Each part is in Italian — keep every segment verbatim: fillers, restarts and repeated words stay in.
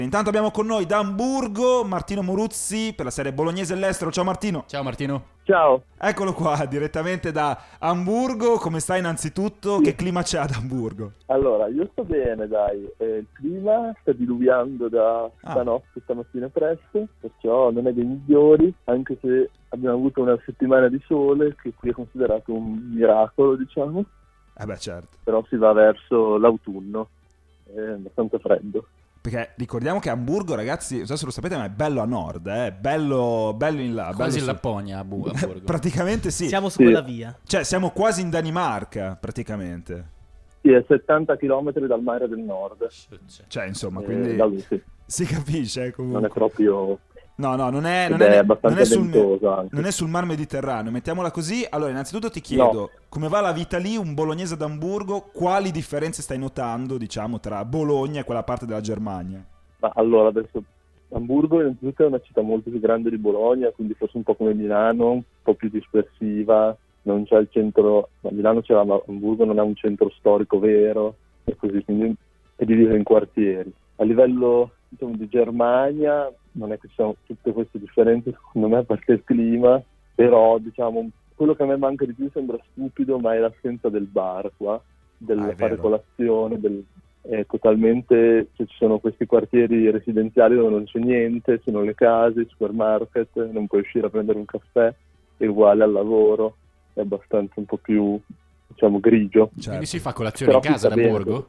Intanto abbiamo con noi da Amburgo Martino Moruzzi per la serie Bolognese all'estero. Ciao Martino. Ciao Martino. Ciao. Eccolo qua, direttamente da Amburgo. Come stai innanzitutto? Sì. Che clima c'è ad Amburgo? Allora, io sto bene, dai. Eh, il clima sta diluviando da Ah. stanotte, stamattina presto, perciò non è dei migliori, anche se abbiamo avuto una settimana di sole, che qui è considerato un miracolo, diciamo. Eh beh, certo. Però si va verso l'autunno, è abbastanza freddo. Perché ricordiamo che Amburgo, ragazzi, non so se lo sapete, ma è bello a nord, eh? bello, bello in là. Quasi bello in su- Lapponia a Bu- Amburgo. Praticamente sì. Siamo su Sì. quella via. Cioè, siamo quasi in Danimarca, praticamente. Sì, è settanta chilometri dal mare del nord. Cioè, insomma, Eh, quindi da lui, sì. si capisce eh, comunque. Non è proprio... No, no, non è, non ed è, è non abbastanza è sul, ventoso anche. non è sul mar Mediterraneo, mettiamola così. Allora, innanzitutto ti chiedo, No. come va la vita lì, un bolognese ad Amburgo, quali differenze stai notando, diciamo, tra Bologna e quella parte della Germania? Ma allora, adesso Amburgo innanzitutto è una città molto più grande di Bologna, quindi forse un po' come Milano, un po' più dispersiva, non c'è il centro, ma Milano c'era, ma Amburgo non ha un centro storico vero, e così, quindi è diviso in quartieri. A livello, diciamo, di Germania non è che ci siano tutte queste differenze, secondo me, a parte il clima, però, diciamo, quello che a me manca di più sembra stupido, ma è l'assenza del bar qua, del Ah, è fare vero. colazione, del... È totalmente, cioè, ci sono questi quartieri residenziali dove non c'è niente, ci sono le case, i supermarket, non puoi uscire a prendere un caffè, è uguale al lavoro, è abbastanza un po' più, diciamo, grigio. Certo. Quindi si fa colazione Però in casa ad sta bene, Amburgo?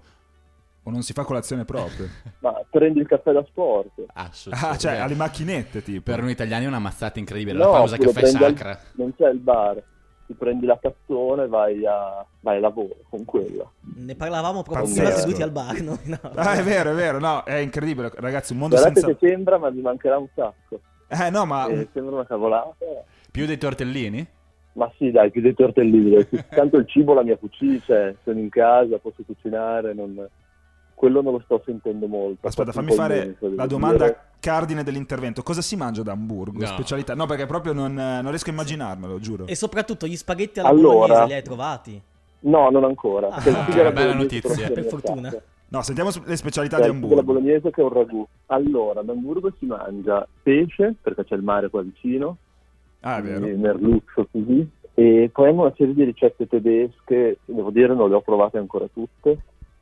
O non si fa colazione proprio? Ma prendi il caffè da sport? Ah, su- Ah, su- cioè, beh, alle macchinette, tipo. per noi italiani è una mazzata incredibile. No, La pausa oppure caffè è prendi al- sacra. non c'è il bar, ti prendi la cazzone e vai a, vai a lavoro con quella. Ne parlavamo proprio Pazzesco. prima seduti al bar. No? No. Ah, è vero, è vero, no, è incredibile, ragazzi, un mondo Guardate senza... che sembra, ma mi mancherà un sacco. Eh, no, ma... Eh, sembra una cavolata. Più dei tortellini? Ma sì, dai, più dei tortellini. Tanto il cibo la mia cucina, cioè, sono in casa, posso cucinare, non... quello non lo sto sentendo molto. Aspetta, Faccio un fammi po' fare lento, devo la domanda dire. cardine dell'intervento. Cosa si mangia ad Amburgo? No. Specialità? No, perché proprio non, non riesco a immaginarmelo, giuro. E soprattutto gli spaghetti alla Allora. bolognese li hai trovati? No, non ancora. Ah, Perché il ah, figo alla bella bolognese notizia. proprio Per mi fortuna. attacca. No, sentiamo le specialità Cioè, di il figo alla Amburgo. bolognese che è un ragù. Allora, ad Amburgo si mangia pesce, perché c'è il mare qua vicino, Ah, è vero. quindi merluzzo così, e poi hanno una serie di ricette tedesche, devo dire non le ho provate ancora tutte,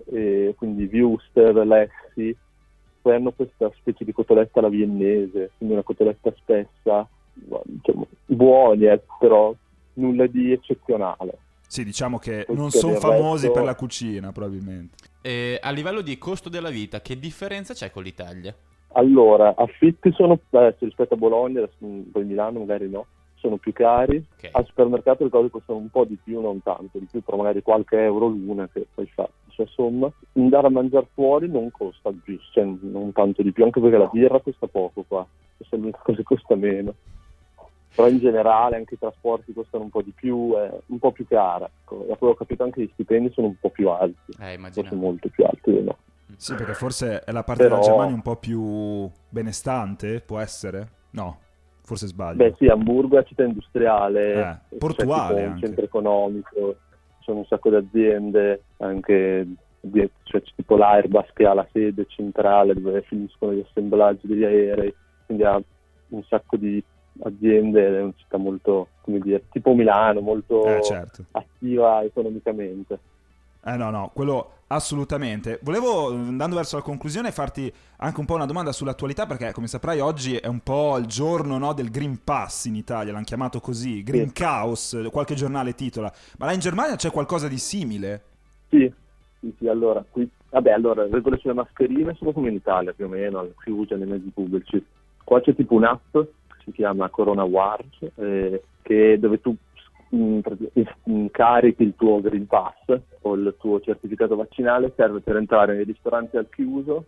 e quindi Wuster, Lessi, poi hanno questa specie di cotoletta alla viennese, quindi una cotoletta spessa, diciamo, buoni, eh, però nulla di eccezionale. Sì, diciamo che Poi non per sono il famosi resto- per la cucina, probabilmente. E a livello di costo della vita, che differenza c'è con l'Italia? Allora, affitti sono, adesso rispetto a Bologna, adesso, poi Milano magari no, sono più cari. Ok. Al supermercato le cose costano un po' di più, non tanto di più, però magari qualche euro l'una che poi fa la sua somma. Andare a mangiare fuori non costa più, cioè non tanto di più, anche perché la birra costa poco qua, questa è l'unica cosa che costa meno. Però in generale anche i trasporti costano un po' di più, è un po' più cara. Ecco. Da quello che ho capito anche gli stipendi sono un po' più alti, Eh, forse immaginavo. molto più alti di no. Sì, perché forse è la parte Però- della Germania un po' più benestante, può essere? No, forse sbaglio. Beh sì, Amburgo è città industriale, Eh, c'è portuale tipo un anche. centro economico, ci sono un sacco di aziende, anche di- cioè, c'è tipo l'Airbus che ha la sede centrale dove finiscono gli assemblaggi degli aerei, quindi ha un sacco di aziende, è una città molto, come dire, tipo Milano, molto Eh, certo. attiva economicamente. Eh no, no, quello assolutamente. Volevo, andando verso la conclusione, farti anche un po' una domanda sull'attualità, perché come saprai oggi è un po' il giorno, no, del Green Pass in Italia, l'hanno chiamato così, Green Sì. Chaos, qualche giornale titola. Ma là in Germania c'è qualcosa di simile? Sì, sì, sì, allora, qui, vabbè, allora, le regole sulle mascherine sono come in Italia più o meno, al chiuso nei mezzi pubblici. Qua c'è tipo un'app, che si chiama Corona Watch, eh, che dove tu mh, praticamente, mh, carichi il tuo Green Pass o il tuo certificato vaccinale, serve per entrare nei ristoranti al chiuso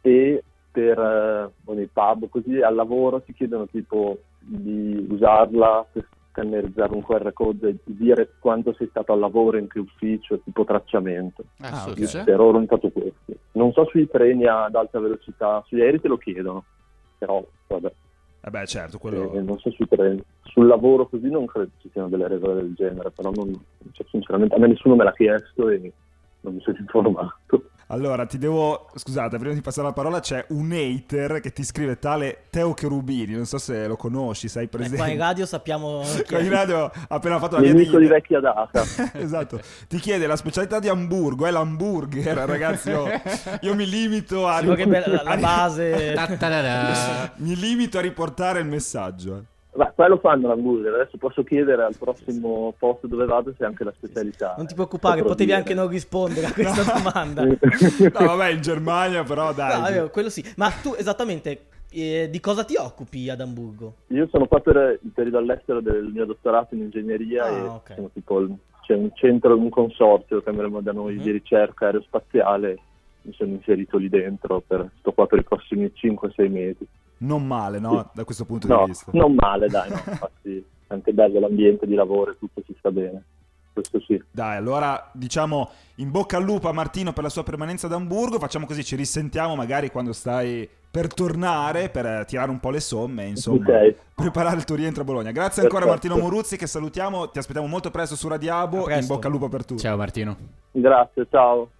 e per eh, o nei pub, così al lavoro ti chiedono tipo di usarla per scannerizzare un Q R code e di dire quanto sei stato al lavoro, in che ufficio, tipo tracciamento. Ah, Ah, su, ok. che c'è? Per ora ho notato questo. Non so sui treni ad alta velocità, sugli aerei te lo chiedono, però vabbè, Eh beh, certo, quello... eh, non so sui treni. Sul lavoro così non credo ci siano delle regole del genere, però non, cioè, sinceramente a me nessuno me l'ha chiesto e non mi sono informato. Allora, ti devo... Scusate, prima di passare la parola c'è un hater che ti scrive tale Teo Cherubini, non so se lo conosci, sei Eh, presente. qua in radio sappiamo chi Qua è. in radio ha appena fatto la via Nemico di... di vecchia data. Esatto, ti chiede la specialità di Amburgo, è l'hamburger, ragazzi, io, io mi limito a... Sì, che bella- la a- base. Ta-ta-da-da. Mi limito a riportare il messaggio. eh. Ma poi lo fanno l'hamburger, adesso posso chiedere al prossimo posto dove vado se è anche la specialità. Non ti preoccupare, Potrò potevi dire. anche non rispondere a questa domanda. No, vabbè, in Germania però dai. No, è vero, quello sì. Ma tu esattamente eh, di cosa ti occupi ad Amburgo? Io sono qua per il periodo all'estero del mio dottorato in ingegneria Ah, e ok. sono tipo il- c'è un centro, un consorzio, chiameremo da noi, Mhm. di ricerca aerospaziale. Mi sono inserito lì dentro, per, sto qua per i prossimi cinque sei mesi. Non male, no? Da questo punto No, di vista. non male, dai, no, infatti è anche bello l'ambiente di lavoro e tutto si sta bene. Questo sì. Dai, allora diciamo in bocca al lupo a Martino per la sua permanenza ad Amburgo. Facciamo così, ci risentiamo magari quando stai per tornare, per eh, tirare un po' le somme, insomma, Ok. preparare il tuo rientro a Bologna. Grazie ancora Perfetto. Martino Moruzzi, che salutiamo, ti aspettiamo molto presto su A Radiabo. In presto. bocca al lupo per tutto. Ciao Martino. Grazie, ciao.